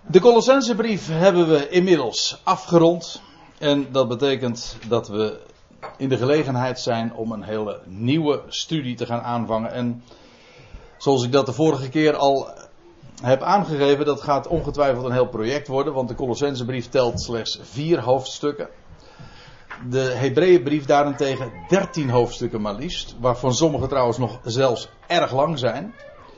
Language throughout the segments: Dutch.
De Colossensebrief hebben we inmiddels afgerond. En dat betekent dat we in de gelegenheid zijn om een hele nieuwe studie te gaan aanvangen. En zoals ik dat de vorige keer al heb aangegeven, dat gaat ongetwijfeld een heel project worden. Want de Colossensebrief telt slechts 4 hoofdstukken. De Hebreeënbrief daarentegen 13 hoofdstukken maar liefst. Waarvan sommige trouwens nog zelfs erg lang zijn.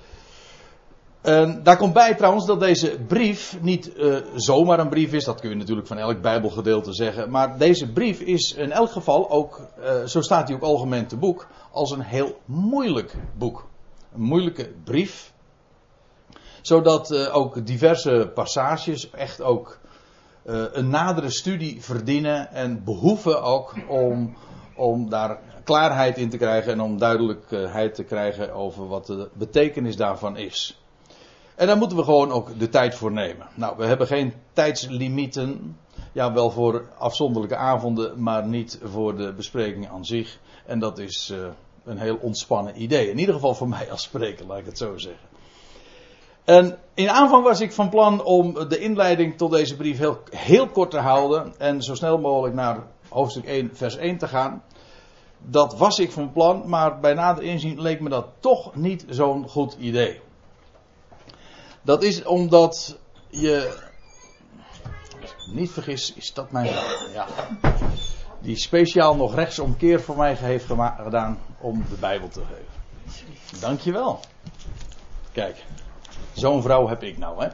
Daar komt bij trouwens dat deze brief niet zomaar een brief is. Dat kun je natuurlijk van elk Bijbelgedeelte zeggen. Maar deze brief is in elk geval ook, zo staat hij ook algemeen te boek, als een heel moeilijk boek. Een moeilijke brief. Zodat ook diverse passages echt ook een nadere studie verdienen. En behoeven ook om daar klaarheid in te krijgen. En om duidelijkheid te krijgen over wat de betekenis daarvan is. En daar moeten we gewoon ook de tijd voor nemen. Nou, we hebben geen tijdslimieten. Ja, wel voor afzonderlijke avonden, maar niet voor de bespreking aan zich. En dat is een heel ontspannen idee. In ieder geval voor mij als spreker, laat ik het zo zeggen. En in aanvang was ik van plan om de inleiding tot deze brief heel kort te houden. En zo snel mogelijk naar hoofdstuk 1, vers 1 te gaan. Dat was ik van plan, maar bij nader inzien leek me dat toch niet zo'n goed idee. Dat is omdat je, als ik me niet vergis, is dat mijn vrouw, ja, die speciaal nog rechtsomkeer voor mij heeft gedaan om de Bijbel te geven. Dankjewel. Kijk, zo'n vrouw heb ik nou, hè.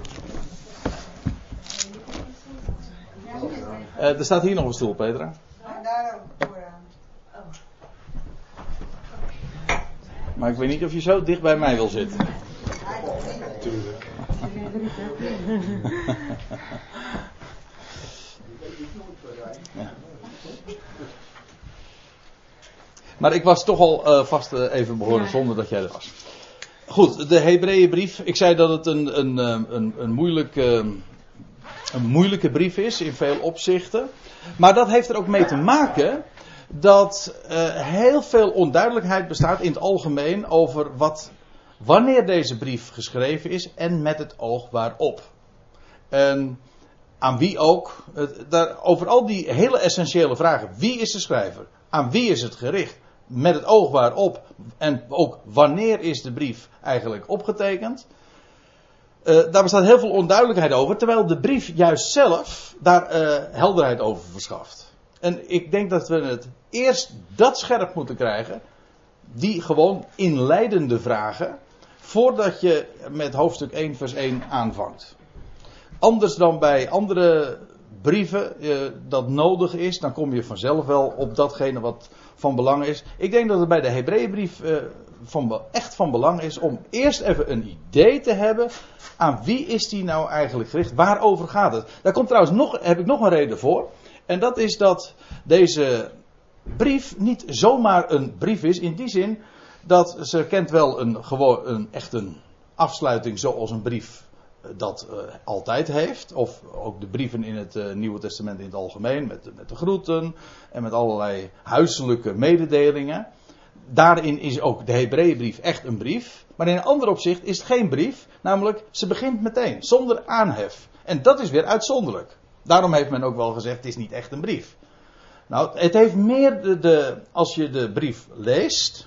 Er staat hier nog een stoel, Petra. Daar ook vooraan. Maar ik weet niet of je zo dicht bij mij wil zitten. Tuurlijk. Ja. Maar ik was toch al vast even behoren zonder dat jij er was. Goed, de Hebreeënbrief. Ik zei dat het een moeilijke brief is in veel opzichten. Maar dat heeft er ook mee te maken dat heel veel onduidelijkheid bestaat in het algemeen over wanneer deze brief geschreven is en met het oog waarop. En aan wie ook. Over al die hele essentiële vragen. Wie is de schrijver? Aan wie is het gericht? Met het oog waarop. En ook wanneer is de brief eigenlijk opgetekend? Daar bestaat heel veel onduidelijkheid over. Terwijl de brief juist zelf daar helderheid over verschaft. En ik denk dat we het eerst dat scherp moeten krijgen. Die gewoon inleidende vragen. Voordat je met hoofdstuk 1 vers 1 aanvangt. Anders dan bij andere brieven dat nodig is. Dan kom je vanzelf wel op datgene wat van belang is. Ik denk dat het bij de Hebreeënbrief echt van belang is. Om eerst even een idee te hebben. Aan wie is die nou eigenlijk gericht? Waarover gaat het? Daar komt trouwens heb ik nog een reden voor. En dat is dat deze brief niet zomaar een brief is. In die zin dat ze kent wel een afsluiting zoals een brief dat altijd heeft. Of ook de brieven in het Nieuwe Testament in het algemeen. Met de groeten en met allerlei huiselijke mededelingen. Daarin is ook de Hebreeënbrief echt een brief. Maar in een ander opzicht is het geen brief. Namelijk, ze begint meteen, zonder aanhef. En dat is weer uitzonderlijk. Daarom heeft men ook wel gezegd, het is niet echt een brief. Nou, het heeft meer als je de brief leest,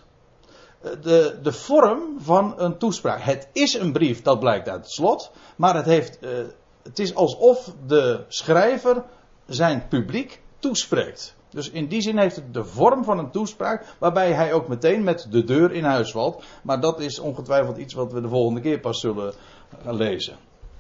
de vorm van een toespraak. Het is een brief, dat blijkt uit het slot. Maar het is alsof de schrijver zijn publiek toespreekt. Dus in die zin heeft het de vorm van een toespraak, waarbij hij ook meteen met de deur in huis valt. Maar dat is ongetwijfeld iets wat we de volgende keer pas zullen lezen.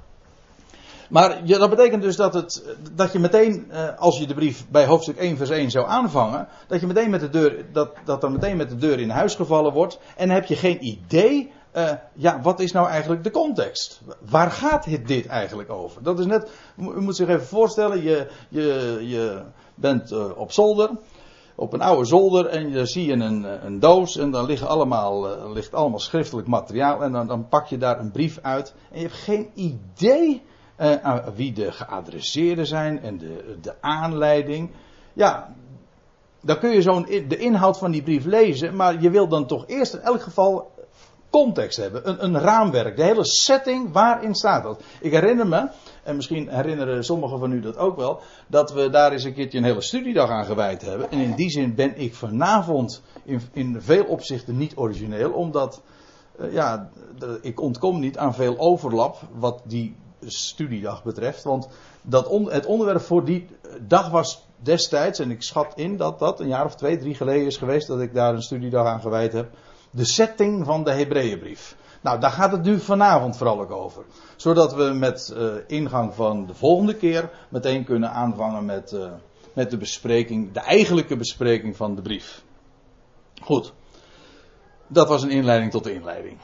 Maar dat betekent dus dat je meteen, als je de brief bij hoofdstuk 1 vers 1 zou aanvangen, dat je meteen met de deur, dat er meteen met de deur in huis gevallen wordt. En dan heb je geen idee, wat is nou eigenlijk de context? Waar gaat dit eigenlijk over? Dat is net, u moet zich even voorstellen, je bent op zolder, op een oude zolder en dan zie je een doos en dan ligt allemaal schriftelijk materiaal en dan pak je daar een brief uit en je hebt geen idee aan wie de geadresseerden zijn en de aanleiding. Ja, dan kun je de inhoud van die brief lezen, maar je wil dan toch eerst in elk geval context hebben. Een raamwerk. De hele setting waarin staat dat. Ik herinner me, en misschien herinneren sommigen van u dat ook wel, dat we daar eens een keertje een hele studiedag aan gewijd hebben. En in die zin ben ik vanavond in veel opzichten niet origineel. Omdat, ik ontkom niet aan veel overlap wat die studiedag betreft. Want het onderwerp voor die dag was destijds, en ik schat in dat dat een jaar of 2, 3 geleden is geweest dat ik daar een studiedag aan gewijd heb. De setting van de Hebreeënbrief. Nou, daar gaat het nu vanavond vooral ook over. Zodat we met ingang van de volgende keer meteen kunnen aanvangen met de bespreking, de eigenlijke bespreking van de brief. Goed. Dat was een inleiding tot de inleiding.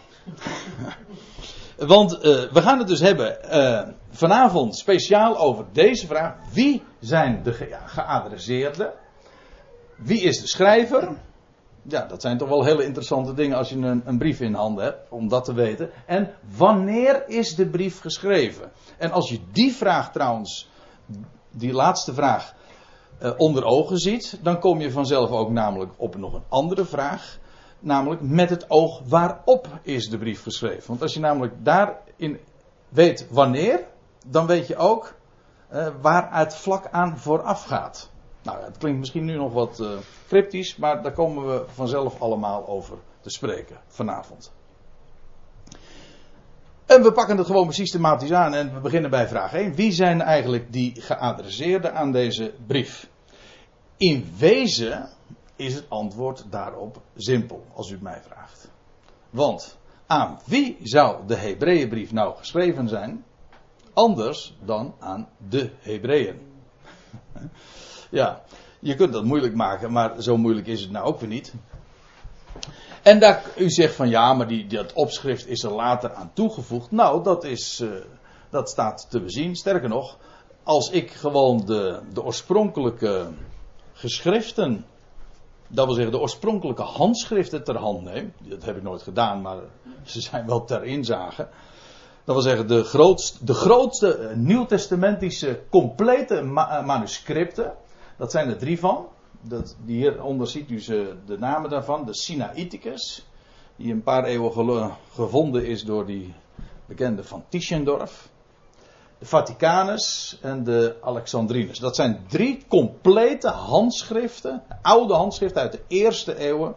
Want we gaan het dus hebben vanavond speciaal over deze vraag. Wie zijn de geadresseerden? Wie is de schrijver? Ja, dat zijn toch wel hele interessante dingen als je een brief in handen hebt, om dat te weten. En wanneer is de brief geschreven? En als je die vraag trouwens, die laatste vraag, onder ogen ziet, dan kom je vanzelf ook namelijk op nog een andere vraag. Namelijk met het oog waarop is de brief geschreven. Want als je namelijk daarin weet wanneer, dan weet je ook waar het vlak aan vooraf gaat. Nou, het klinkt misschien nu nog wat cryptisch, maar daar komen we vanzelf allemaal over te spreken vanavond. En we pakken het gewoon systematisch aan en we beginnen bij vraag 1. Wie zijn eigenlijk die geadresseerden aan deze brief? In wezen is het antwoord daarop simpel, als u het mij vraagt. Want aan wie zou de Hebreeënbrief nou geschreven zijn? Anders dan aan de Hebreeën. Ja, je kunt dat moeilijk maken, maar zo moeilijk is het nou ook weer niet. En u zegt van ja, maar dat opschrift is er later aan toegevoegd. Nou, dat staat te bezien. Sterker nog, als ik gewoon de oorspronkelijke geschriften, dat wil zeggen de oorspronkelijke handschriften ter hand neem. Dat heb ik nooit gedaan, maar ze zijn wel ter inzage. Dat wil zeggen de grootste nieuwtestamentische complete manuscripten. Dat zijn er 3 van. Hieronder ziet u de namen daarvan. De Sinaiticus. Die een paar eeuwen gevonden is door die bekende van Tischendorf. De Vaticanus en de Alexandrinus. Dat zijn 3 complete handschriften. Oude handschriften uit de eerste eeuwen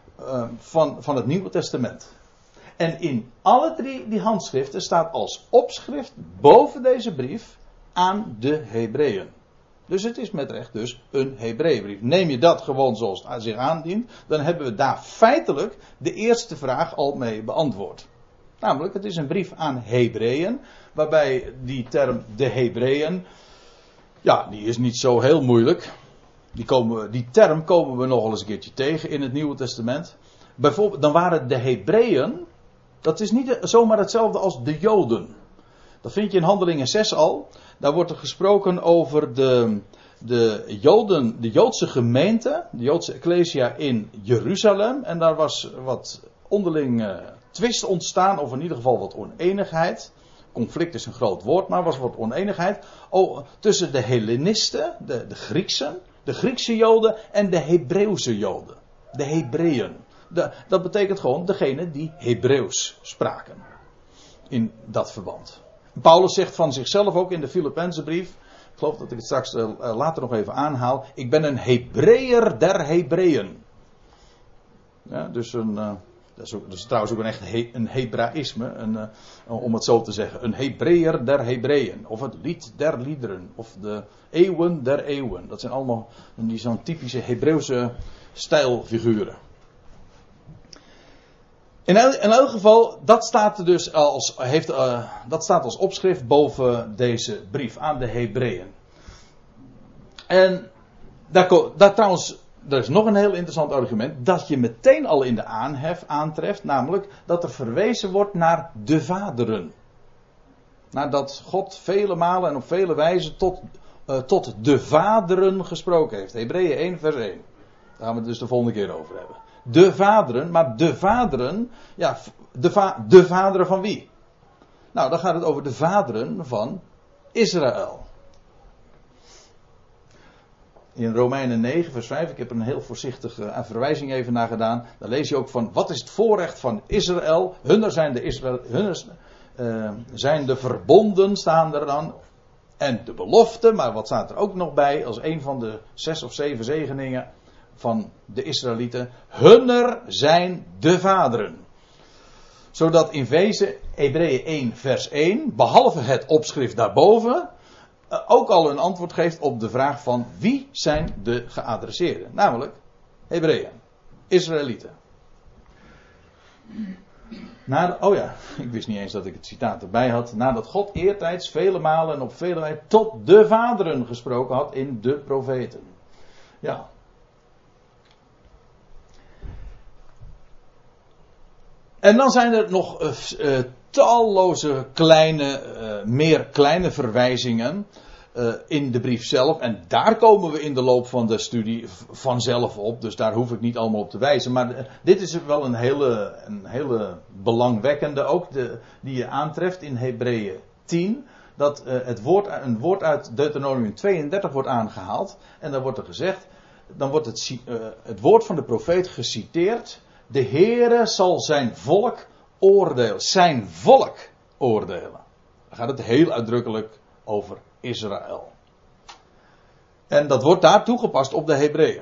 van het Nieuwe Testament. En in alle 3 die handschriften staat als opschrift boven deze brief aan de Hebreeën. Dus het is met recht dus een Hebreeënbrief. Neem je dat gewoon zoals het zich aandient, dan hebben we daar feitelijk de eerste vraag al mee beantwoord. Namelijk, het is een brief aan Hebreeën, waarbij die term de Hebreeën, ja, die is niet zo heel moeilijk. Die term komen we nog wel eens een keertje tegen in het Nieuwe Testament. Bijvoorbeeld, dan waren de Hebreeën, dat is niet zomaar hetzelfde als de Joden. Dat vind je in Handelingen 6 al. Daar wordt er gesproken over de Joden, de Joodse gemeente, de Joodse Ecclesia in Jeruzalem. En daar was wat onderling twist ontstaan, of in ieder geval wat oneenigheid. Conflict is een groot woord, maar was wat oneenigheid. Tussen de Hellenisten, de Grieksen, de Griekse Joden en de Hebreeuwse Joden. De Hebreeën. Dat betekent gewoon degene die Hebreeuws spraken. In dat verband. Paulus zegt van zichzelf ook in de Filippenzenbrief. Ik geloof dat ik het straks later nog even aanhaal. Ik ben een Hebreeër der Hebreeën. Ja, dus dat is trouwens ook een Hebraïsme. Om het zo te zeggen. Een Hebreeër der Hebreeën. Of het lied der liederen. Of de eeuwen der eeuwen. Dat zijn allemaal zo'n typische Hebreeuwse stijlfiguren. In elk geval, dat staat dus dat staat als opschrift boven deze brief aan de Hebreeën. En daar trouwens, er is nog een heel interessant argument, dat je meteen al in de aanhef aantreft, namelijk dat er verwezen wordt naar de vaderen. Nadat God vele malen en op vele wijzen tot de vaderen gesproken heeft. Hebreeën 1 vers 1. Daar gaan we het dus de volgende keer over hebben. De vaderen, maar de vaderen, ja, de vaderen van wie? Nou, dan gaat het over de vaderen van Israël. in Romeinen 9 vers 5, ik heb er een heel voorzichtige verwijzing even naar gedaan. Daar lees je ook van, wat is het voorrecht van Israël? Hunner zijn de verbonden, staan er dan. En de belofte, maar wat staat er ook nog bij, als een van de 6 of 7 zegeningen van de Israëlieten. Hunner zijn de vaderen. Zodat in wezen Hebreeën 1 vers 1, behalve het opschrift daarboven, ook al een antwoord geeft op de vraag van wie zijn de geadresseerden. Namelijk Hebreeën, Israëlieten. Ik wist niet eens dat ik het citaat erbij had. Nadat God eertijds vele malen en op vele wijzen tot de vaderen gesproken had in de profeten. Ja. En dan zijn er nog talloze meer kleine verwijzingen in de brief zelf. En daar komen we in de loop van de studie vanzelf op. Dus daar hoef ik niet allemaal op te wijzen. Maar dit is wel een hele belangwekkende ook. Die je aantreft in Hebreeën 10. Dat een woord uit Deuteronomium 32 wordt aangehaald. En dan wordt er gezegd. Dan wordt het woord van de profeet geciteerd. De Heere zal zijn volk oordelen. Zijn volk oordelen. Dan gaat het heel uitdrukkelijk over Israël. En dat wordt daar toegepast op de Hebreeën.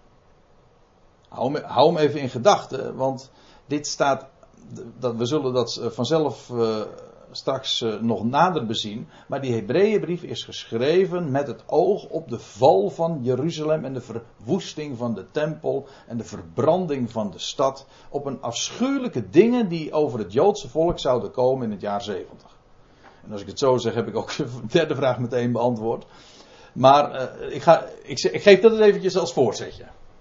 Hou hem even in gedachten, want dit staat. We zullen dat vanzelf straks nog nader bezien. Maar die Hebreeënbrief is geschreven met het oog op de val van Jeruzalem en de verwoesting van de tempel en de verbranding van de stad. Op een afschuwelijke dingen die over het Joodse volk zouden komen in het jaar 70. En als ik het zo zeg, heb ik ook de derde vraag meteen beantwoord. Maar ik geef dat eventjes als voorzetje.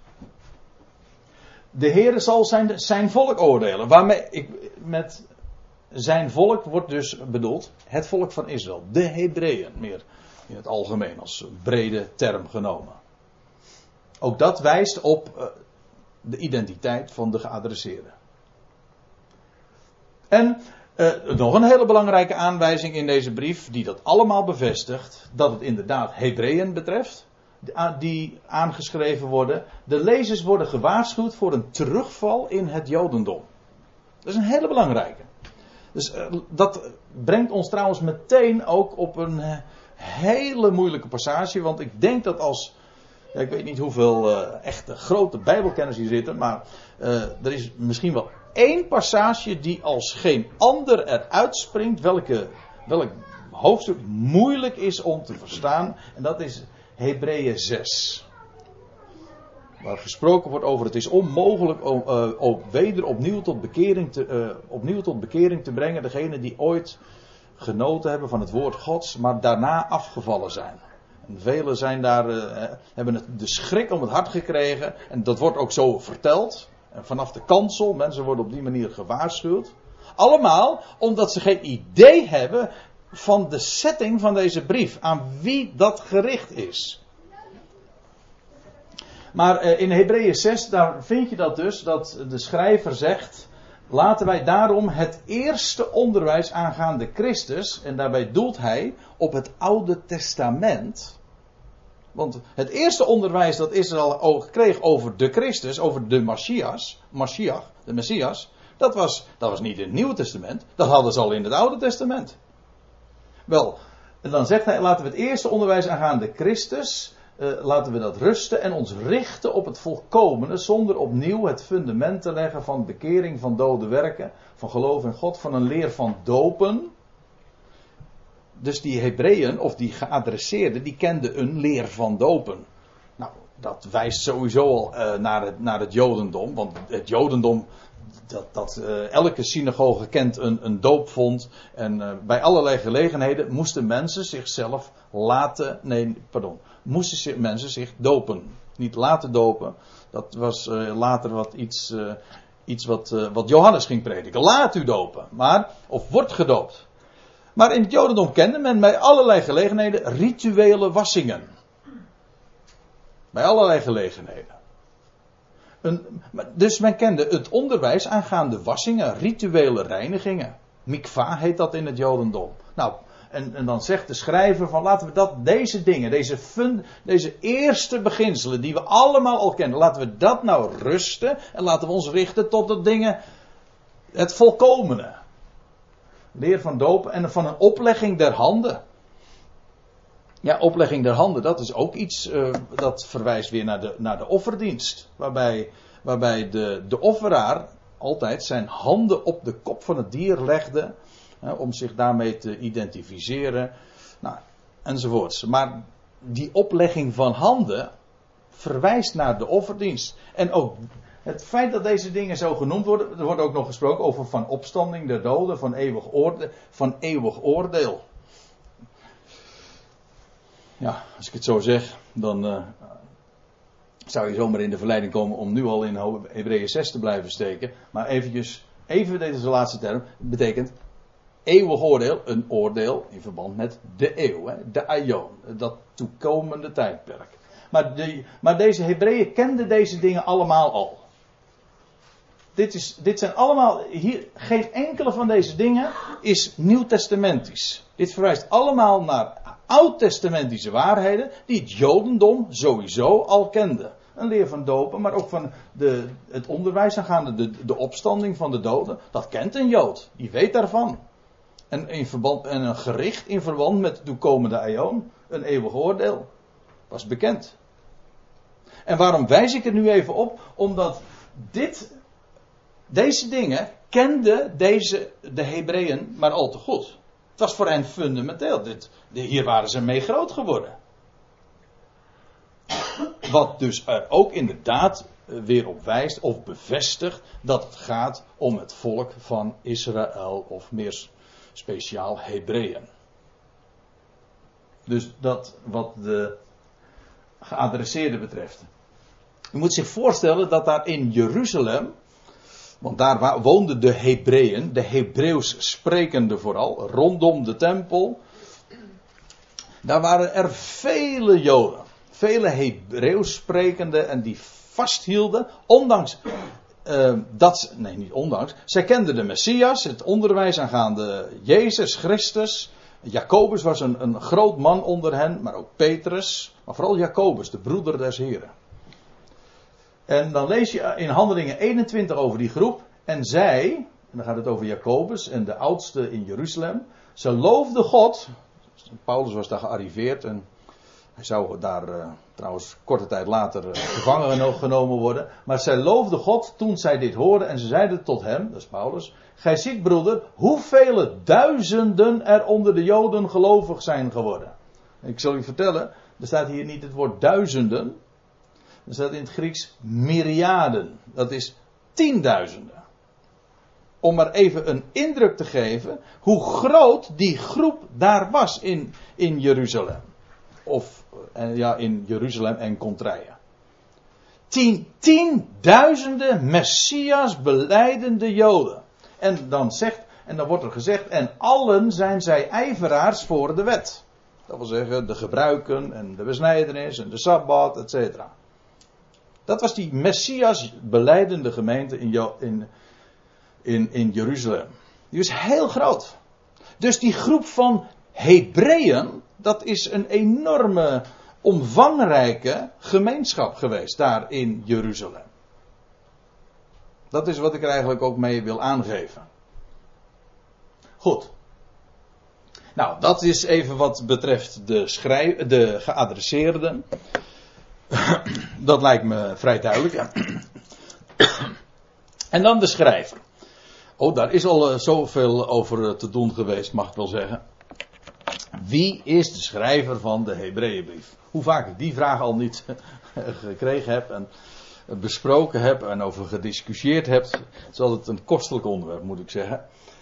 De Heere zal zijn volk oordelen. Waarmee met zijn volk wordt dus bedoeld het volk van Israël. De Hebreeën, meer in het algemeen als brede term genomen. Ook dat wijst op de identiteit van de geadresseerde. En nog een hele belangrijke aanwijzing in deze brief, die dat allemaal bevestigt, dat het inderdaad Hebreeën betreft, die aangeschreven worden. De lezers worden gewaarschuwd voor een terugval in het Jodendom. Dat is een hele belangrijke. Dus dat brengt ons trouwens meteen ook op een hele moeilijke passage, want ik denk dat ik weet niet hoeveel echte grote bijbelkenners hier zitten, maar er is misschien wel één passage die als geen ander eruit springt, welk hoofdstuk moeilijk is om te verstaan, en dat is Hebreeën 6. Waar gesproken wordt over het is onmogelijk opnieuw tot bekering te brengen degenen die ooit genoten hebben van het woord Gods, maar daarna afgevallen zijn. En velen zijn hebben de schrik om het hart gekregen, en dat wordt ook zo verteld. En vanaf de kansel, mensen worden op die manier gewaarschuwd. Allemaal omdat ze geen idee hebben van de setting van deze brief, aan wie dat gericht is. Maar in Hebreeën 6, daar vind je dat dus, dat de schrijver zegt, laten wij daarom het eerste onderwijs aangaande Christus, en daarbij doelt hij op het Oude Testament. Want het eerste onderwijs dat Israël kreeg over de Christus, over de Messias, dat was niet in het Nieuwe Testament, dat hadden ze al in het Oude Testament. Wel, en dan zegt hij, laten we het eerste onderwijs aangaande Christus, laten we dat rusten en ons richten op het volkomene, zonder opnieuw het fundament te leggen van bekering van dode werken, van geloof in God, van een leer van dopen. Dus die Hebreeën, of die geadresseerden, die kenden een leer van dopen. Nou, dat wijst sowieso al naar het Jodendom, want het Jodendom, elke synagoge kent een doopvond. En bij allerlei gelegenheden moesten mensen mensen zich dopen. Niet laten dopen. Dat was later iets wat Johannes ging prediken. Laat u dopen. Of wordt gedoopt. Maar in het Jodendom kende men bij allerlei gelegenheden rituele wassingen. Bij allerlei gelegenheden. Dus men kende het onderwijs aangaande wassingen, rituele reinigingen. Mikva heet dat in het Jodendom. Nou, En dan zegt de schrijver van laten we deze dingen, deze eerste beginselen die we allemaal al kennen, laten we dat nou rusten en laten we ons richten tot de dingen, het volkomene. Leer van dopen en van een oplegging der handen. Ja, oplegging der handen, dat is ook iets dat verwijst weer naar de offerdienst. Waarbij de offeraar altijd zijn handen op de kop van het dier legde. Om zich daarmee te identificeren. Nou, enzovoorts. Maar die oplegging van handen verwijst naar de offerdienst. En ook het feit dat deze dingen zo genoemd worden. Er wordt ook nog gesproken over van opstanding der doden. Van eeuwig oordeel. Ja, als ik het zo zeg, dan zou je zomaar in de verleiding komen om nu al in Hebreeën 6 te blijven steken. Maar even, dit is de laatste term, betekent eeuwig oordeel, een oordeel in verband met de eeuw, de aion, dat toekomende tijdperk. Maar deze Hebreeën kenden deze dingen allemaal al. Dit zijn allemaal, geen enkele van deze dingen is nieuwtestamentisch. Dit verwijst allemaal naar oud-testamentische waarheden die het Jodendom sowieso al kende. Een leer van dopen, maar ook van het onderwijs aangaande de opstanding van de doden. Dat kent een Jood, die weet daarvan. En een gericht in verband met de toekomende aion, een eeuwig oordeel, was bekend. En waarom wijs ik er nu even op? Omdat deze dingen kenden de Hebreeën maar al te goed. Het was voor hen fundamenteel. Hier waren ze mee groot geworden. Wat dus er ook inderdaad weer op wijst of bevestigt dat het gaat om het volk van Israël of meer speciaal Hebreeën. Dus dat wat de geadresseerde betreft. U moet zich voorstellen dat daar in Jeruzalem, want daar woonden de Hebreeën, de Hebreeuws sprekende vooral, rondom de tempel. Daar waren er vele Joden, vele Hebreeuws sprekende en die vasthielden, zij kenden de Messias, het onderwijs aangaande Jezus Christus. Jacobus was een groot man onder hen, maar ook Petrus, maar vooral Jacobus, de broeder des Heren. En dan lees je in Handelingen 21 over die groep. En zij, en dan gaat het over Jacobus en de oudste in Jeruzalem. Ze loofden God. Paulus was daar gearriveerd en hij zou daar trouwens korte tijd later gevangen genomen worden. Maar zij loofden God toen zij dit hoorden en ze zeiden tot hem, dat is Paulus. Gij ziet broeder, hoeveel duizenden er onder de Joden gelovig zijn geworden. Ik zal u vertellen, er staat hier niet het woord duizenden. Er staat in het Grieks myriaden. Dat is tienduizenden. Om maar even een indruk te geven hoe groot die groep daar was in Jeruzalem. Of in Jeruzalem en Contraia. Tienduizenden Messias belijdende Joden. En dan wordt er gezegd, en allen zijn zij ijveraars voor de wet. Dat wil zeggen, de gebruiken en de besnijdenis en de Sabbat, etc. Dat was die Messias belijdende gemeente in Jeruzalem. Die was heel groot. Dus die groep van Hebreeën, dat is een enorme, omvangrijke gemeenschap geweest daar in Jeruzalem. Dat is wat ik er eigenlijk ook mee wil aangeven. Goed. Nou, dat is even wat betreft de geadresseerden. Dat lijkt me vrij duidelijk. Ja. En dan de schrijver. Oh, daar is al zoveel over te doen geweest, mag ik wel zeggen. Wie is de schrijver van de Hebreeënbrief? Hoe vaak ik die vraag al niet gekregen heb en besproken heb en over gediscussieerd heb. Het is altijd een kostelijk onderwerp, moet ik zeggen.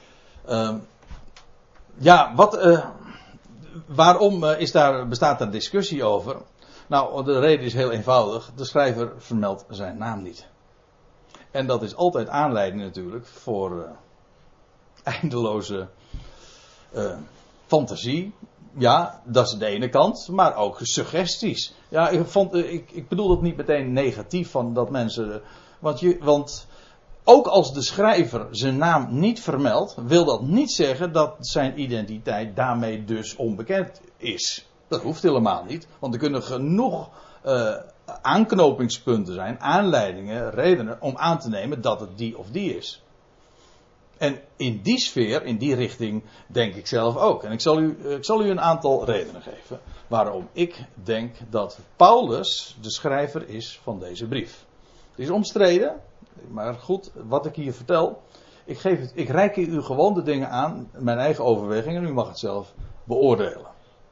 Waarom bestaat daar discussie over? Nou, de reden is heel eenvoudig. De schrijver vermeldt zijn naam niet. En dat is altijd aanleiding natuurlijk voor eindeloze fantasie. Ja, dat is de ene kant. Maar ook suggesties. Ja, ik bedoel het niet meteen negatief van dat mensen. Want ook als de schrijver zijn naam niet vermeldt, wil dat niet zeggen dat zijn identiteit daarmee dus onbekend is. Dat hoeft helemaal niet, want er kunnen genoeg aanknopingspunten zijn, aanleidingen, redenen om aan te nemen dat het die of die is. En in die sfeer, in die richting, denk ik zelf ook. En ik zal u een aantal redenen geven waarom ik denk dat Paulus de schrijver is van deze brief. Het is omstreden, maar goed, wat ik hier vertel, ik reik u gewoon de dingen aan, mijn eigen overwegingen, en u mag het zelf beoordelen.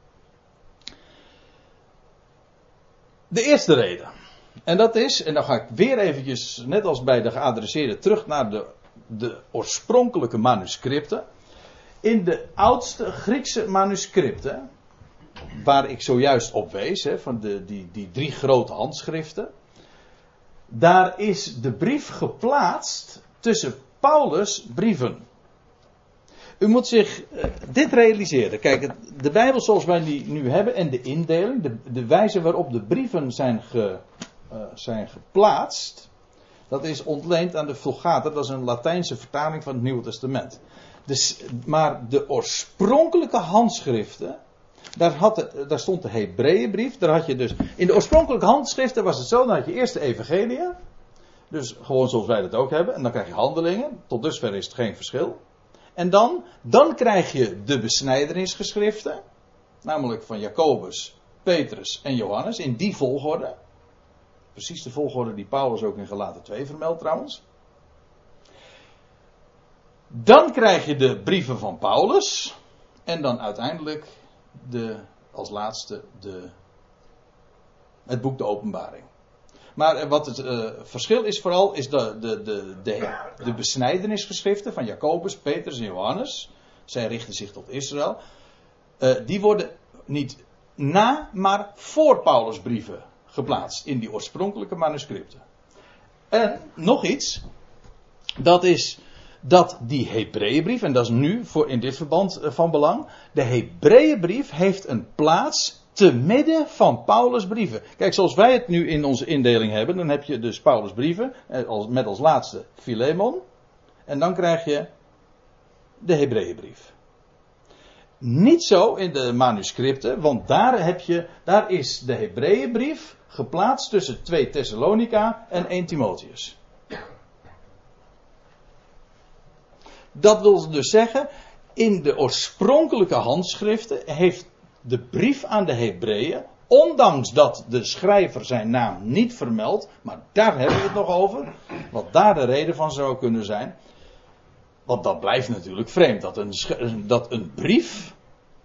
De eerste reden, en dat is, en dan ga ik weer eventjes, net als bij de geadresseerde, terug naar de oorspronkelijke manuscripten. In de oudste Griekse manuscripten, waar ik zojuist op wees, van die 3 grote handschriften, daar is de brief geplaatst tussen Paulus' brieven. U moet zich dit realiseren. Kijk, de Bijbel zoals wij die nu hebben en de indeling, de wijze waarop de brieven zijn geplaatst, dat is ontleend aan de Vulgata, dat is een Latijnse vertaling van het Nieuwe Testament. Maar de oorspronkelijke handschriften, daar stond de Hebreeënbrief, daar had je dus, in de oorspronkelijke handschriften was het zo, dan had je eerst de Evangelie, dus gewoon zoals wij dat ook hebben, en dan krijg je Handelingen, tot dusver is het geen verschil. En dan krijg je de besnijdenisgeschriften, namelijk van Jacobus, Petrus en Johannes, in die volgorde. Precies de volgorde die Paulus ook in Galaten 2 vermeldt trouwens. Dan krijg je de brieven van Paulus. En dan uiteindelijk als laatste het boek de Openbaring. Maar wat het verschil is vooral, is de besnijdenisgeschriften van Jacobus, Petrus en Johannes. Zij richten zich tot Israël. Die worden niet na, maar voor Paulus' brieven geplaatst in die oorspronkelijke manuscripten. En nog iets, dat is dat die Hebreeënbrief, en dat is nu in dit verband van belang, de Hebreeënbrief heeft een plaats te midden van Paulus' brieven. Kijk, zoals wij het nu in onze indeling hebben, dan heb je dus Paulus' brieven, met als laatste Filemon, en dan krijg je de Hebreeënbrief. Niet zo in de manuscripten, want daar is de Hebreeënbrief geplaatst tussen 2 Thessalonica en 1 Timotheus. Dat wil dus zeggen, in de oorspronkelijke handschriften heeft de brief aan de Hebreeën, ondanks dat de schrijver zijn naam niet vermeldt, maar daar hebben we het nog over, wat daar de reden van zou kunnen zijn. Want dat blijft natuurlijk vreemd, dat een brief,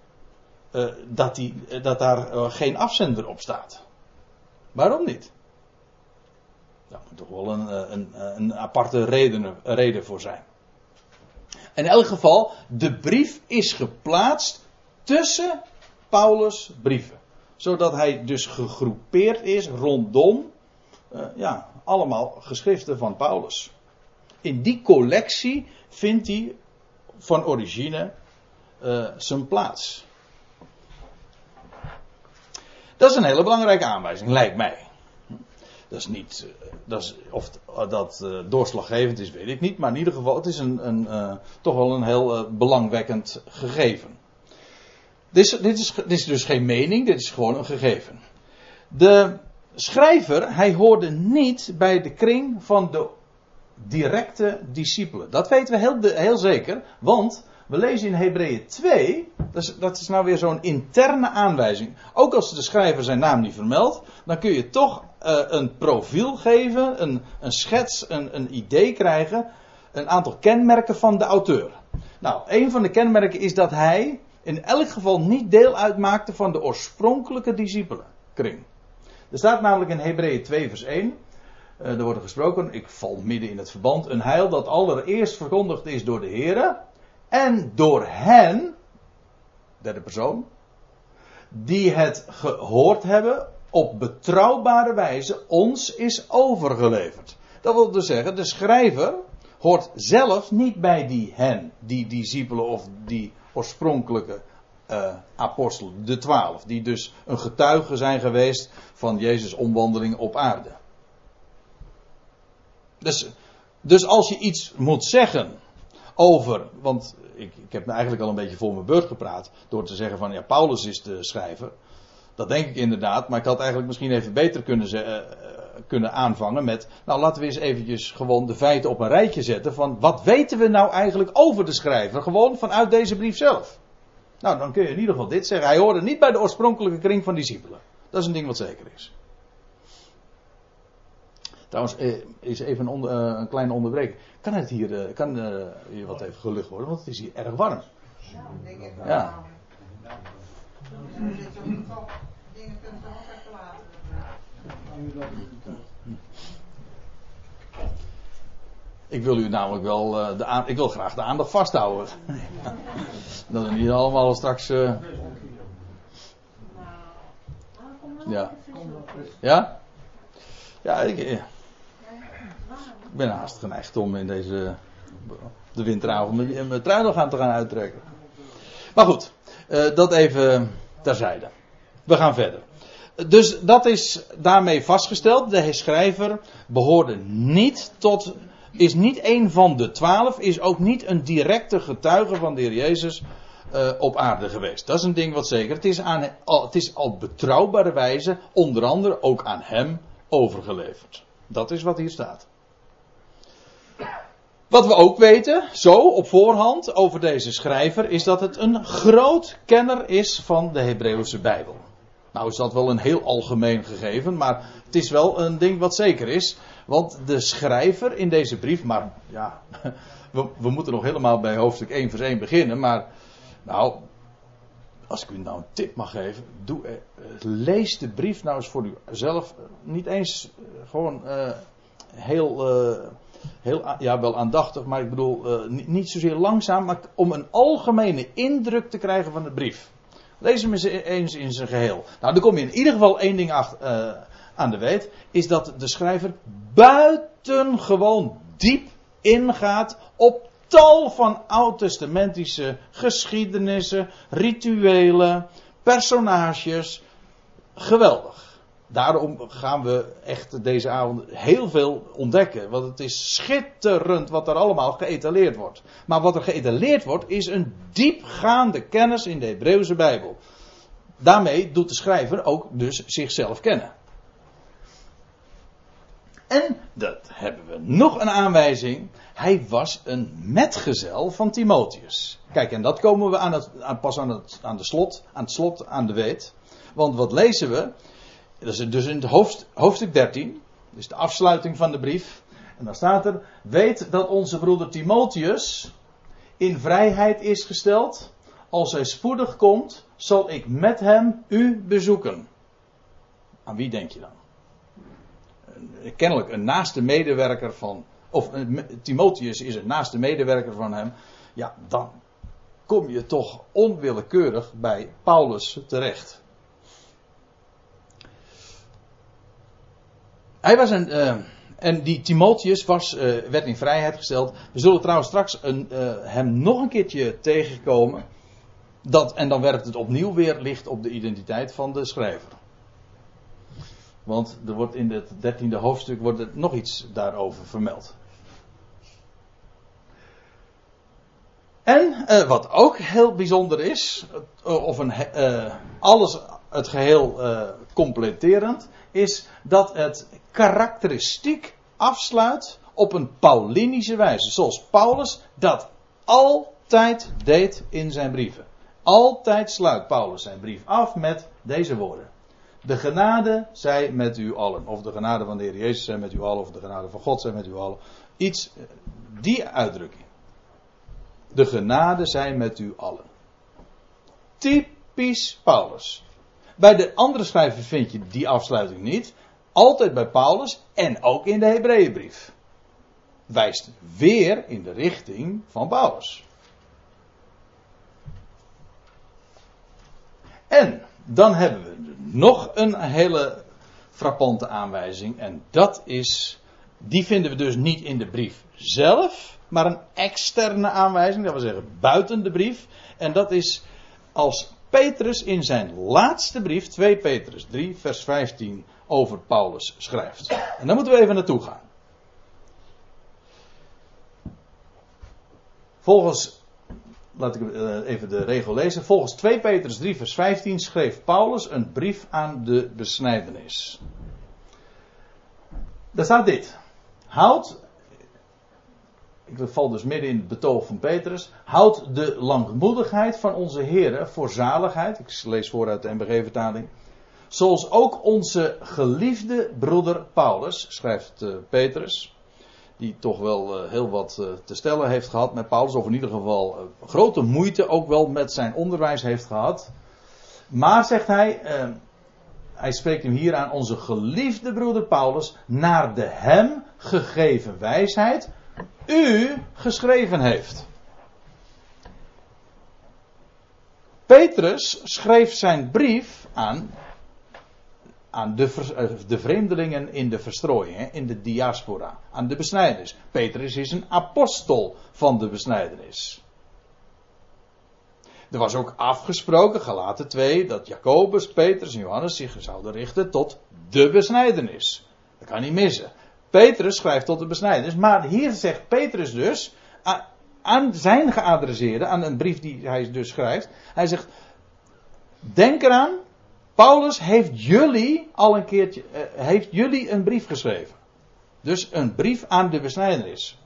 dat daar geen afzender op staat. Waarom niet? Daar moet toch wel een aparte reden voor zijn. In elk geval, de brief is geplaatst tussen Paulus' brieven. Zodat hij dus gegroepeerd is rondom allemaal geschriften van Paulus. In die collectie vindt hij van origine zijn plaats. Dat is een hele belangrijke aanwijzing, lijkt mij. Of dat doorslaggevend is, weet ik niet. Maar in ieder geval, het is toch wel een heel belangwekkend gegeven. Dit is dus geen mening, dit is gewoon een gegeven. De schrijver, hij hoorde niet bij de kring van de directe discipelen. Dat weten we heel zeker, want we lezen in Hebreeën 2, dat is nou weer zo'n interne aanwijzing. Ook als de schrijver zijn naam niet vermeldt, dan kun je toch een profiel geven, een schets, een idee krijgen, een aantal kenmerken van de auteur. Nou, een van de kenmerken is dat hij in elk geval niet deel uitmaakte van de oorspronkelijke discipelenkring. Er staat namelijk in Hebreeën 2 vers 1, er wordt gesproken, ik val midden in het verband, een heil dat allereerst verkondigd is door de Here en door hen, derde persoon, die het gehoord hebben op betrouwbare wijze ons is overgeleverd. Dat wil dus zeggen, de schrijver hoort zelf niet bij die discipelen of die oorspronkelijke apostelen, de 12, die dus een getuige zijn geweest van Jezus' omwandeling op aarde. Dus Dus als je iets moet zeggen over, want ik heb me eigenlijk al een beetje voor mijn beurt gepraat door te zeggen van ja, Paulus is de schrijver. Dat denk ik inderdaad, maar ik had eigenlijk misschien even beter kunnen aanvangen met, nou laten we eens eventjes gewoon de feiten op een rijtje zetten van wat weten we nou eigenlijk over de schrijver, gewoon vanuit deze brief zelf. Nou, dan kun je in ieder geval dit zeggen, hij hoorde niet bij de oorspronkelijke kring van discipelen. Dat is een ding wat zeker is. Trouwens, is even een kleine onderbreking. Kan het hier, hier wat even gelucht worden, want het is hier erg warm. Ja. Dingen kunnen toch ook even laten. Ik wil u namelijk wel, ik wil graag de aandacht vasthouden. Dat we niet allemaal straks... Ja. Ja? Ja, ik ben haast geneigd om in deze de winteravond mijn trui nog aan te gaan uittrekken. Maar goed, dat even terzijde. We gaan verder. Dus dat is daarmee vastgesteld. De schrijver behoorde niet tot, is niet een van de 12, is ook niet een directe getuige van de Heer Jezus op aarde geweest. Dat is een ding wat zeker. Het is op betrouwbare wijze, onder andere ook aan hem overgeleverd. Dat is wat hier staat. Wat we ook weten, zo op voorhand over deze schrijver, is dat het een groot kenner is van de Hebreeuwse Bijbel. Nou is dat wel een heel algemeen gegeven, maar het is wel een ding wat zeker is. Want de schrijver in deze brief, maar ja, we moeten nog helemaal bij hoofdstuk 1 vers 1 beginnen. Maar nou, als ik u nou een tip mag geven, lees de brief nou eens voor uzelf. Niet eens gewoon ja, wel aandachtig, maar ik bedoel niet zozeer langzaam, maar om een algemene indruk te krijgen van de brief. Lees hem eens in zijn geheel. Nou, dan kom je in ieder geval één ding aan de weet, is dat de schrijver buitengewoon diep ingaat op tal van oud-testamentische geschiedenissen, rituelen, personages. Geweldig. Daarom gaan we echt deze avond heel veel ontdekken. Want het is schitterend wat er allemaal geëtaleerd wordt. Maar wat er geëtaleerd wordt is een diepgaande kennis in de Hebreeuwse Bijbel. Daarmee doet de schrijver ook dus zichzelf kennen. En dat hebben we nog een aanwijzing. Hij was een metgezel van Timotheus. Kijk, en dat komen we aan het slot aan de weet. Want wat lezen we? Dat is dus in het hoofdstuk 13. Dus de afsluiting van de brief. En dan staat er: weet dat onze broeder Timotheus in vrijheid is gesteld. Als hij spoedig komt, zal ik met hem u bezoeken. Aan wie denk je dan? Kennelijk een naaste medewerker van... Of Timotheus is een naaste medewerker van hem. Ja, dan kom je toch onwillekeurig bij Paulus terecht. Hij was en die Timotheus werd in vrijheid gesteld. We zullen trouwens straks hem nog een keertje tegenkomen. En dan werpt het opnieuw weer licht op de identiteit van de schrijver. Want er wordt in het 13e hoofdstuk wordt er nog iets daarover vermeld. En wat ook heel bijzonder is, het geheel completerend, is dat het karakteristiek afsluit op een Paulinische wijze. Zoals Paulus dat altijd deed in zijn brieven. Altijd sluit Paulus zijn brief af met deze woorden. De genade zij met u allen. Of de genade van de Heer Jezus zij met u allen. Of de genade van God zij met u allen. Die uitdrukking. De genade zij met u allen. Typisch Paulus. Bij de andere schrijvers vind je die afsluiting niet. Altijd bij Paulus en ook in de Hebreeënbrief. Wijst weer in de richting van Paulus. En dan hebben we nog een hele frappante aanwijzing. En die vinden we dus niet in de brief zelf, maar een externe aanwijzing. Dat wil zeggen buiten de brief. En dat is als Petrus in zijn laatste brief, 2 Petrus 3 vers 15, over Paulus schrijft. En daar moeten we even naartoe gaan. laat ik even de regel lezen. Volgens 2 Petrus 3 vers 15 schreef Paulus een brief aan de besnijdenis. Daar staat dit. Ik val dus midden in het betoog van Petrus. Houd de langmoedigheid van onze Here voor zaligheid. Ik lees voor uit de NBG-vertaling. Zoals ook onze geliefde broeder Paulus, schrijft Petrus. Die toch wel heel wat te stellen heeft gehad met Paulus. Of in ieder geval grote moeite ook wel met zijn onderwijs heeft gehad. Maar zegt hij, hij spreekt hem hier aan, onze geliefde broeder Paulus, naar de hem gegeven wijsheid, u geschreven heeft. Petrus schreef zijn brief aan de vreemdelingen in de verstrooiing, in de diaspora, aan de besnijdenis. Petrus is een apostel van de besnijdenis. Er was ook afgesproken, Galaten 2, dat Jacobus, Petrus en Johannes zich zouden richten tot de besnijdenis. Dat kan niet missen. Petrus schrijft tot de besnijdenis, maar hier zegt Petrus dus aan zijn geadresseerde, aan een brief die hij dus schrijft, hij zegt, denk eraan, Paulus heeft jullie al een keertje, heeft jullie een brief geschreven. Dus een brief aan de besnijdenis.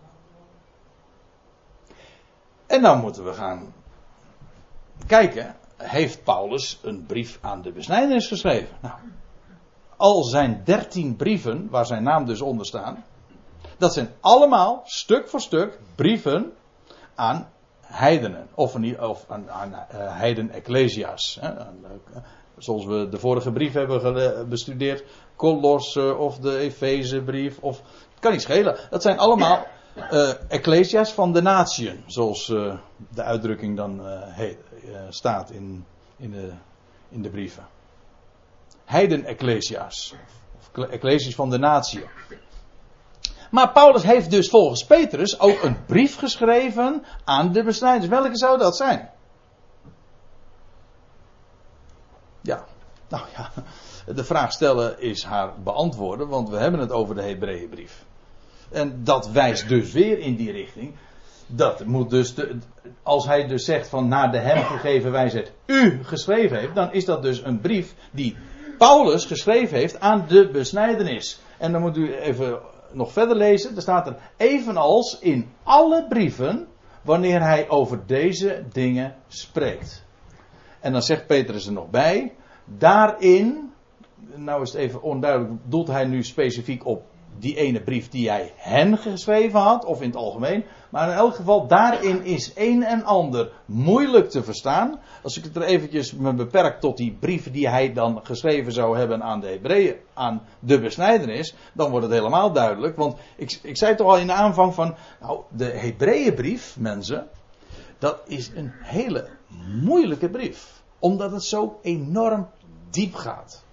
En dan moeten we gaan kijken, heeft Paulus een brief aan de besnijdenis geschreven? Nou, al zijn 13 brieven, waar zijn naam dus onder staat, dat zijn allemaal, stuk voor stuk, brieven aan heidenen. Of aan heiden-ecclesia's. Zoals we de vorige brief hebben bestudeerd. Colosse of de Efezebrief. Of, het kan niet schelen. Dat zijn allemaal ecclesia's van de natieën. Zoals de uitdrukking dan staat in de brieven. Heiden-ecclesia's. Of ecclesia's van de natieën. Maar Paulus heeft dus volgens Petrus ook een brief geschreven aan de besnijders. Welke zou dat zijn? Ja, nou ja, de vraag stellen is haar beantwoorden, want we hebben het over de Hebreeënbrief. En dat wijst dus weer in die richting. Dat moet dus, als hij dus zegt van naar de hem gegeven wijsheid u geschreven heeft, dan is dat dus een brief die Paulus geschreven heeft aan de besnijdenis. En dan moet u even nog verder lezen. Er staat er evenals in alle brieven wanneer hij over deze dingen spreekt. En dan zegt Petrus er nog bij. Daarin, nou is het even onduidelijk, doelt hij nu specifiek op die ene brief die hij hen geschreven had, of in het algemeen. Maar in elk geval, daarin is een en ander moeilijk te verstaan. Als ik het er eventjes me beperk tot die brieven die hij dan geschreven zou hebben aan de Hebreeën, aan de besnijdenis, dan wordt het helemaal duidelijk. Want ik zei toch al in de aanvang van, nou, de Hebreeënbrief, mensen, dat is een hele moeilijke brief. Omdat het zo enorm diep gaat.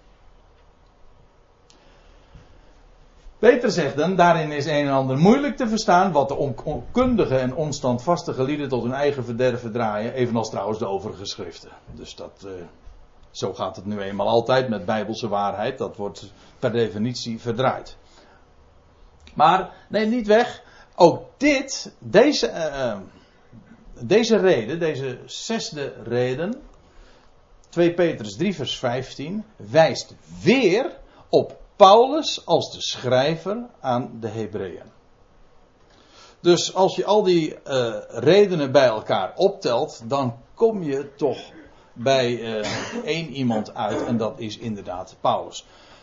Peter zegt dan, daarin is een en ander moeilijk te verstaan, wat de onkundige en onstandvastige lieden tot hun eigen verderven draaien, evenals trouwens de overige schriften. Dus zo gaat het nu eenmaal altijd met bijbelse waarheid, dat wordt per definitie verdraaid. Maar, neem niet weg, ook deze reden, deze 6e reden, 2 Petrus 3 vers 15, wijst weer op Paulus als de schrijver aan de Hebreeën. Dus als je al die redenen bij elkaar optelt, dan kom je toch bij één iemand uit en dat is inderdaad Paulus.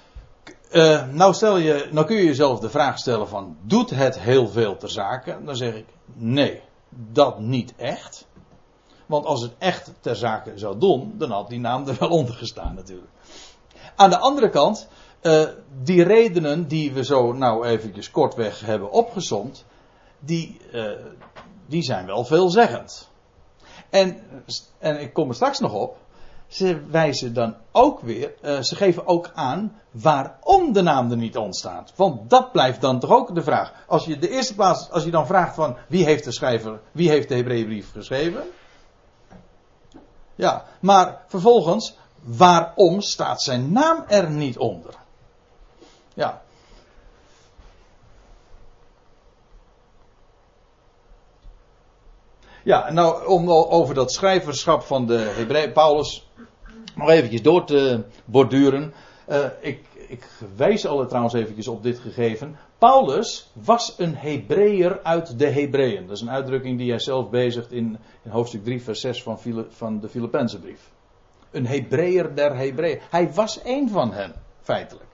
Nou kun je jezelf de vraag stellen van, doet het heel veel ter zake? Dan zeg ik, nee, dat niet echt. Want als het echt ter zake zou doen, dan had die naam er wel onder gestaan natuurlijk. Aan de andere kant, die redenen die we zo nou eventjes kortweg hebben opgesomd, die zijn wel veelzeggend. En ik kom er straks nog op, ze wijzen dan ook weer, ze geven ook aan waarom de naam er niet ontstaat. Want dat blijft dan toch ook de vraag. Als je de eerste plaats, als je dan vraagt van wie heeft de Hebreeënbrief geschreven? Ja, maar vervolgens, waarom staat zijn naam er niet onder? Ja. Ja, nou, om over dat schrijverschap van de Hebreeën, Paulus, nog eventjes door te borduren. Ik wijs al trouwens eventjes op dit gegeven. Paulus was een Hebreeër uit de Hebreeën. Dat is een uitdrukking die hij zelf bezigt in hoofdstuk 3 vers 6 van de Filippenzenbrief. Een Hebreeër der Hebreeën. Hij was één van hen, feitelijk.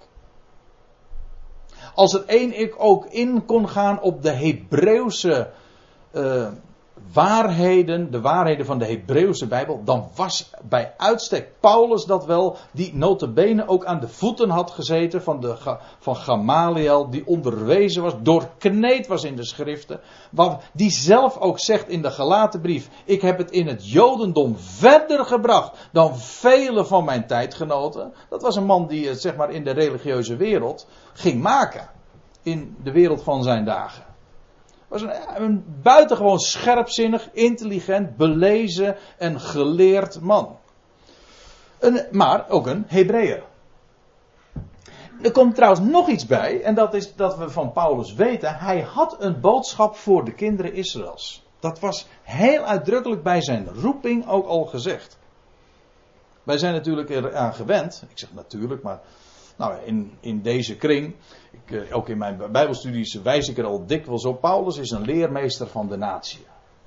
Als er één ik ook in kon gaan op de Hebreeuwse waarheden, de waarheden van de Hebreeuwse Bijbel, dan was bij uitstek Paulus dat wel, die nota bene ook aan de voeten had gezeten van Gamaliel, die onderwezen was, doorkneed was in de schriften, die zelf ook zegt in de Galatenbrief: ik heb het in het Jodendom verder gebracht dan vele van mijn tijdgenoten. Dat was een man die het zeg maar in de religieuze wereld ging maken, in de wereld van zijn dagen. Was een buitengewoon scherpzinnig, intelligent, belezen en geleerd man. Maar ook een Hebreeër. Er komt trouwens nog iets bij, en dat is dat we van Paulus weten: hij had een boodschap voor de kinderen Israëls. Dat was heel uitdrukkelijk bij zijn roeping ook al gezegd. Wij zijn natuurlijk eraan gewend, ik zeg natuurlijk, maar nou, in deze kring, ook in mijn Bijbelstudies wijs ik er al dikwijls op. Paulus is een leermeester van de natie.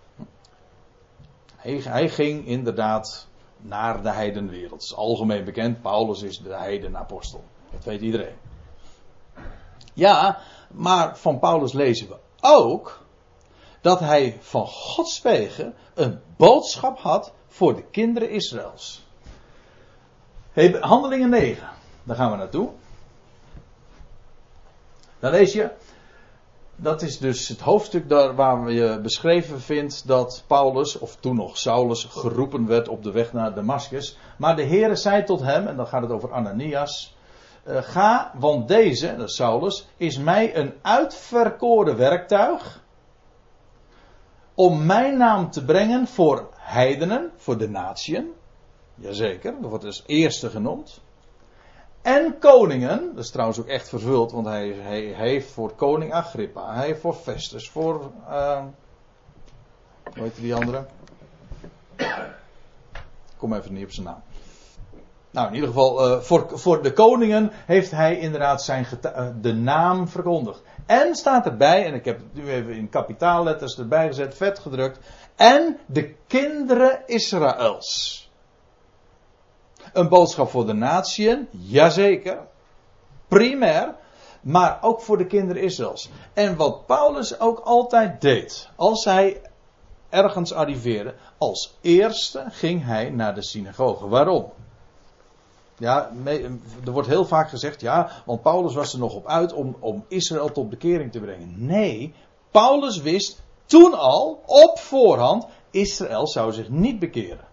Hij ging inderdaad naar de heidenwereld. Het is algemeen bekend, Paulus is de heidenapostel. Dat weet iedereen. Ja, maar van Paulus lezen we ook dat hij van Gods wegen een boodschap had voor de kinderen Israëls. Handelingen 9, daar gaan we naartoe. Dan lees je, dat is dus het hoofdstuk waar je beschreven vindt dat Paulus, of toen nog Saulus, geroepen werd op de weg naar Damaskus. Maar de Heere zei tot hem, en dan gaat het over Ananias: ga, want deze, dat is Saulus, is mij een uitverkoren werktuig om mijn naam te brengen voor heidenen, voor de natieën. Jazeker, dat wordt dus eerste genoemd. En koningen, dat is trouwens ook echt vervuld, want hij heeft voor koning Agrippa, hij heeft voor Festus, voor, hoe heet die andere? Ik kom even niet op zijn naam. Nou, in ieder geval, voor de koningen heeft hij inderdaad de naam verkondigd. En staat erbij, en ik heb het nu even in kapitaalletters erbij gezet, vet gedrukt, en de kinderen Israëls. Een boodschap voor de natieën, jazeker, primair, maar ook voor de kinderen Israëls. En wat Paulus ook altijd deed, als hij ergens arriveerde, als eerste ging hij naar de synagoge. Waarom? Ja, er wordt heel vaak gezegd, ja, want Paulus was er nog op uit om Israël tot bekering te brengen. Nee, Paulus wist toen al, op voorhand, Israël zou zich niet bekeren.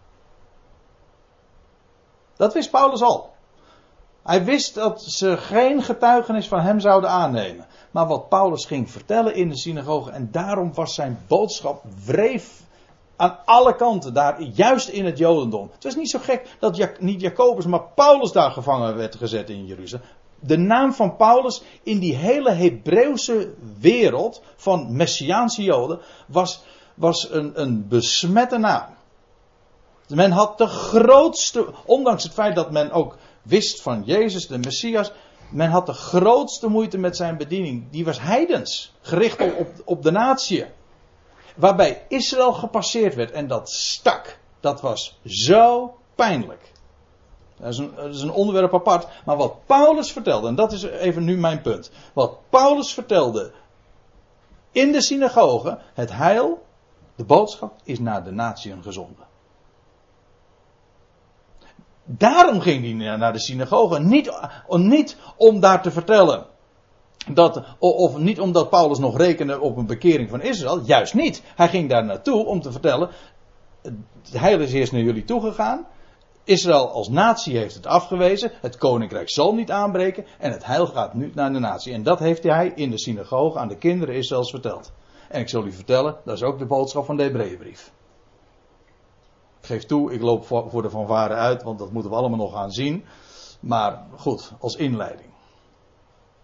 Dat wist Paulus al. Hij wist dat ze geen getuigenis van hem zouden aannemen. Maar wat Paulus ging vertellen in de synagoge, en daarom was zijn boodschap wreef aan alle kanten daar, juist in het Jodendom. Het was niet zo gek dat niet Jacobus, maar Paulus daar gevangen werd gezet in Jeruzalem. De naam van Paulus in die hele Hebreeuwse wereld van Messiaanse Joden was een besmette naam. Men had de grootste, ondanks het feit dat men ook wist van Jezus, de Messias, men had de grootste moeite met zijn bediening. Die was heidens, gericht op de natie. Waarbij Israël gepasseerd werd en dat stak. Dat was zo pijnlijk. Dat is een onderwerp apart. Maar wat Paulus vertelde, en dat is even nu mijn punt. Wat Paulus vertelde in de synagoge, het heil, de boodschap is naar de natieën gezonden. Daarom ging hij naar de synagoge. Niet om daar te vertellen. Of niet omdat Paulus nog rekende op een bekering van Israël. Juist niet. Hij ging daar naartoe om te vertellen. Het heil is eerst naar jullie toegegaan. Israël als natie heeft het afgewezen. Het koninkrijk zal niet aanbreken. En het heil gaat nu naar de natie. En dat heeft hij in de synagoge aan de kinderen Israëls verteld. En ik zal u vertellen, dat is ook de boodschap van de Hebreeënbrief. Ik geef toe, ik loop voor de fanfare uit, want dat moeten we allemaal nog gaan zien. Maar goed, als inleiding.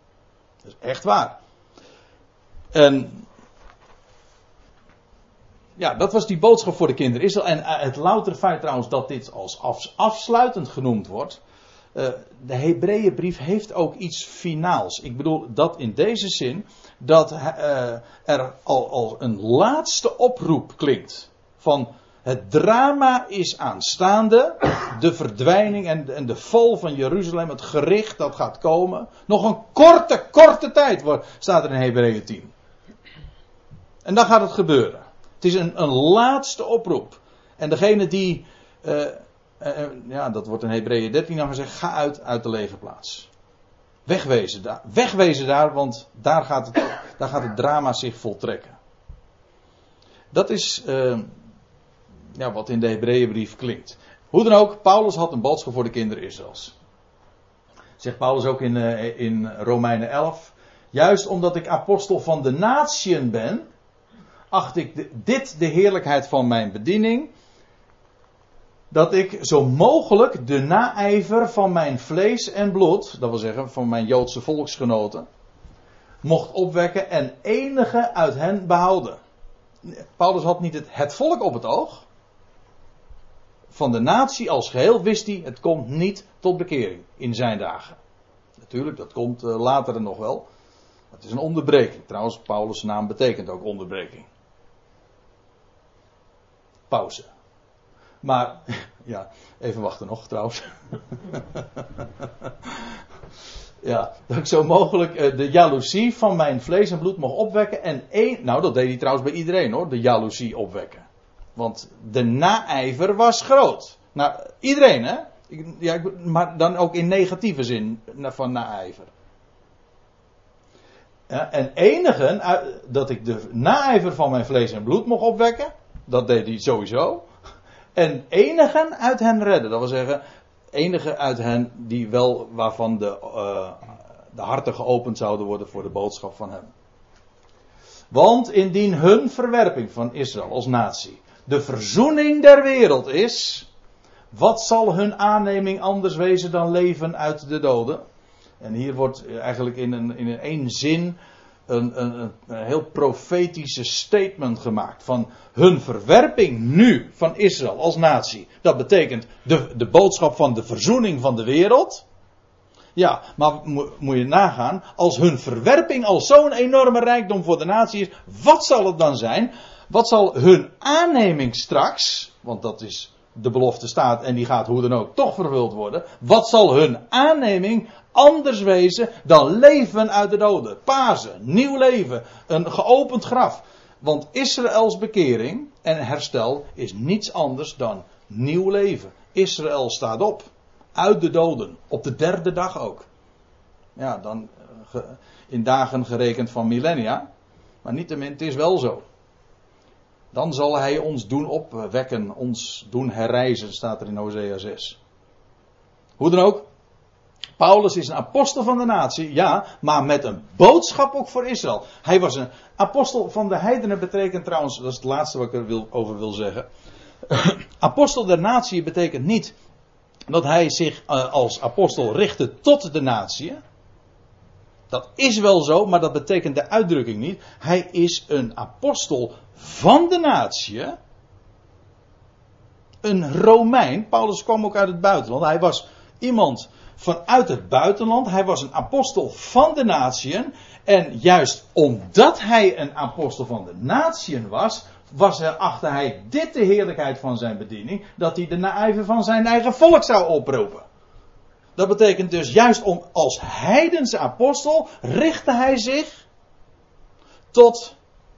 Dat is echt waar. En Ja, dat was die boodschap voor de kinderen Israël. En het loutere feit trouwens dat dit als afsluitend genoemd wordt. De Hebreeënbrief heeft ook iets finaals. Ik bedoel dat in deze zin dat er al een laatste oproep klinkt. Van het drama is aanstaande. De verdwijning en de val van Jeruzalem. Het gericht dat gaat komen. Nog een korte tijd staat er in Hebreeën 10. En dan gaat het gebeuren. Het is een laatste oproep. En degene die... dat wordt in Hebreeën 13 dan gezegd. Ga uit de legerplaats. Wegwezen daar, want daar gaat het drama zich voltrekken. Dat is wat in de Hebreeënbrief klinkt. Hoe dan ook, Paulus had een boodschap voor de kinderen Israëls. Zegt Paulus ook in Romeinen 11. Juist omdat ik apostel van de natieën ben, acht ik dit de heerlijkheid van mijn bediening, dat ik zo mogelijk de naijver van mijn vlees en bloed, dat wil zeggen van mijn Joodse volksgenoten, mocht opwekken en enige uit hen behouden. Paulus had niet het volk op het oog. Van de natie als geheel wist hij, het komt niet tot bekering in zijn dagen. Natuurlijk, dat komt later nog wel. Het is een onderbreking. Trouwens, Paulus' naam betekent ook onderbreking. Pauze. Maar, ja, even wachten nog trouwens. Ja, dat ik zo mogelijk de jaloezie van mijn vlees en bloed mocht opwekken. En dat deed hij trouwens bij iedereen hoor, de jaloezie opwekken. Want de naijver was groot. Nou, iedereen hè. Maar dan ook in negatieve zin van naijver. Ja, en enigen, dat ik de naijver van mijn vlees en bloed mocht opwekken. Dat deed hij sowieso. En enigen uit hen redden. Dat wil zeggen, enigen uit hen die wel, waarvan de harten geopend zouden worden voor de boodschap van hem. Want indien hun verwerping van Israël als natie de verzoening der wereld is, wat zal hun aanneming anders wezen dan leven uit de doden? En hier wordt eigenlijk in één zin een heel profetische statement gemaakt van hun verwerping nu van Israël als natie. Dat betekent de boodschap van de verzoening van de wereld. Ja, maar moet je nagaan, als hun verwerping al zo'n enorme rijkdom voor de natie is, wat zal het dan zijn? Wat zal hun aanneming straks, want dat is de belofte staat en die gaat hoe dan ook toch vervuld worden. Wat zal hun aanneming anders wezen dan leven uit de doden? Pasen, nieuw leven, een geopend graf. Want Israëls bekering en herstel is niets anders dan nieuw leven. Israël staat op. Uit de doden. Op de derde dag ook. Ja, dan in dagen gerekend van millennia. Maar niettemin, het is wel zo. Dan zal hij ons doen opwekken. Ons doen herrijzen, staat er in Hosea 6. Hoe dan ook. Paulus is een apostel van de natie. Ja, maar met een boodschap ook voor Israël. Hij was een apostel van de heidenen. Betekent trouwens, dat is het laatste wat ik erover wil zeggen. Apostel der natie betekent niet dat hij zich als apostel richtte tot de natie. Dat is wel zo, maar dat betekent de uitdrukking niet. Hij is een apostel van de natie. Een Romein. Paulus kwam ook uit het buitenland. Hij was iemand vanuit het buitenland. Hij was een apostel van de natieën. En juist omdat hij een apostel van de natieën was, achtte hij dit de heerlijkheid van zijn bediening, dat hij de naijver van zijn eigen volk zou oproepen. Dat betekent dus juist als heidense apostel richtte hij zich tot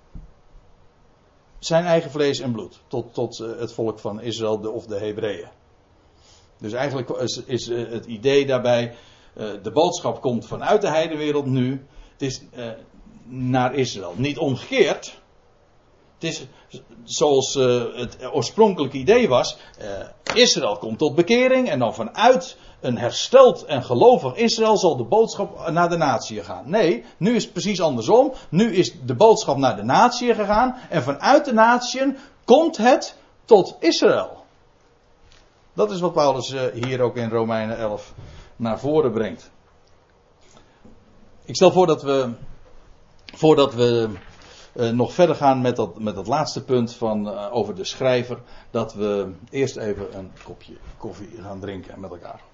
zijn eigen vlees en bloed. Tot het volk van Israël of de Hebreeën. Dus eigenlijk is het idee daarbij, de boodschap komt vanuit de heidenwereld nu. Het is naar Israël. Niet omgekeerd. Het is zoals het oorspronkelijke idee was. Israël komt tot bekering. En dan vanuit een hersteld en gelovig Israël zal de boodschap naar de natie gaan. Nee, nu is het precies andersom. Nu is de boodschap naar de natie gegaan. En vanuit de natie komt het tot Israël. Dat is wat Paulus hier ook in Romeinen 11 naar voren brengt. Ik stel voor dat we nog verder gaan met dat laatste punt over de schrijver, dat we eerst even een kopje koffie gaan drinken met elkaar.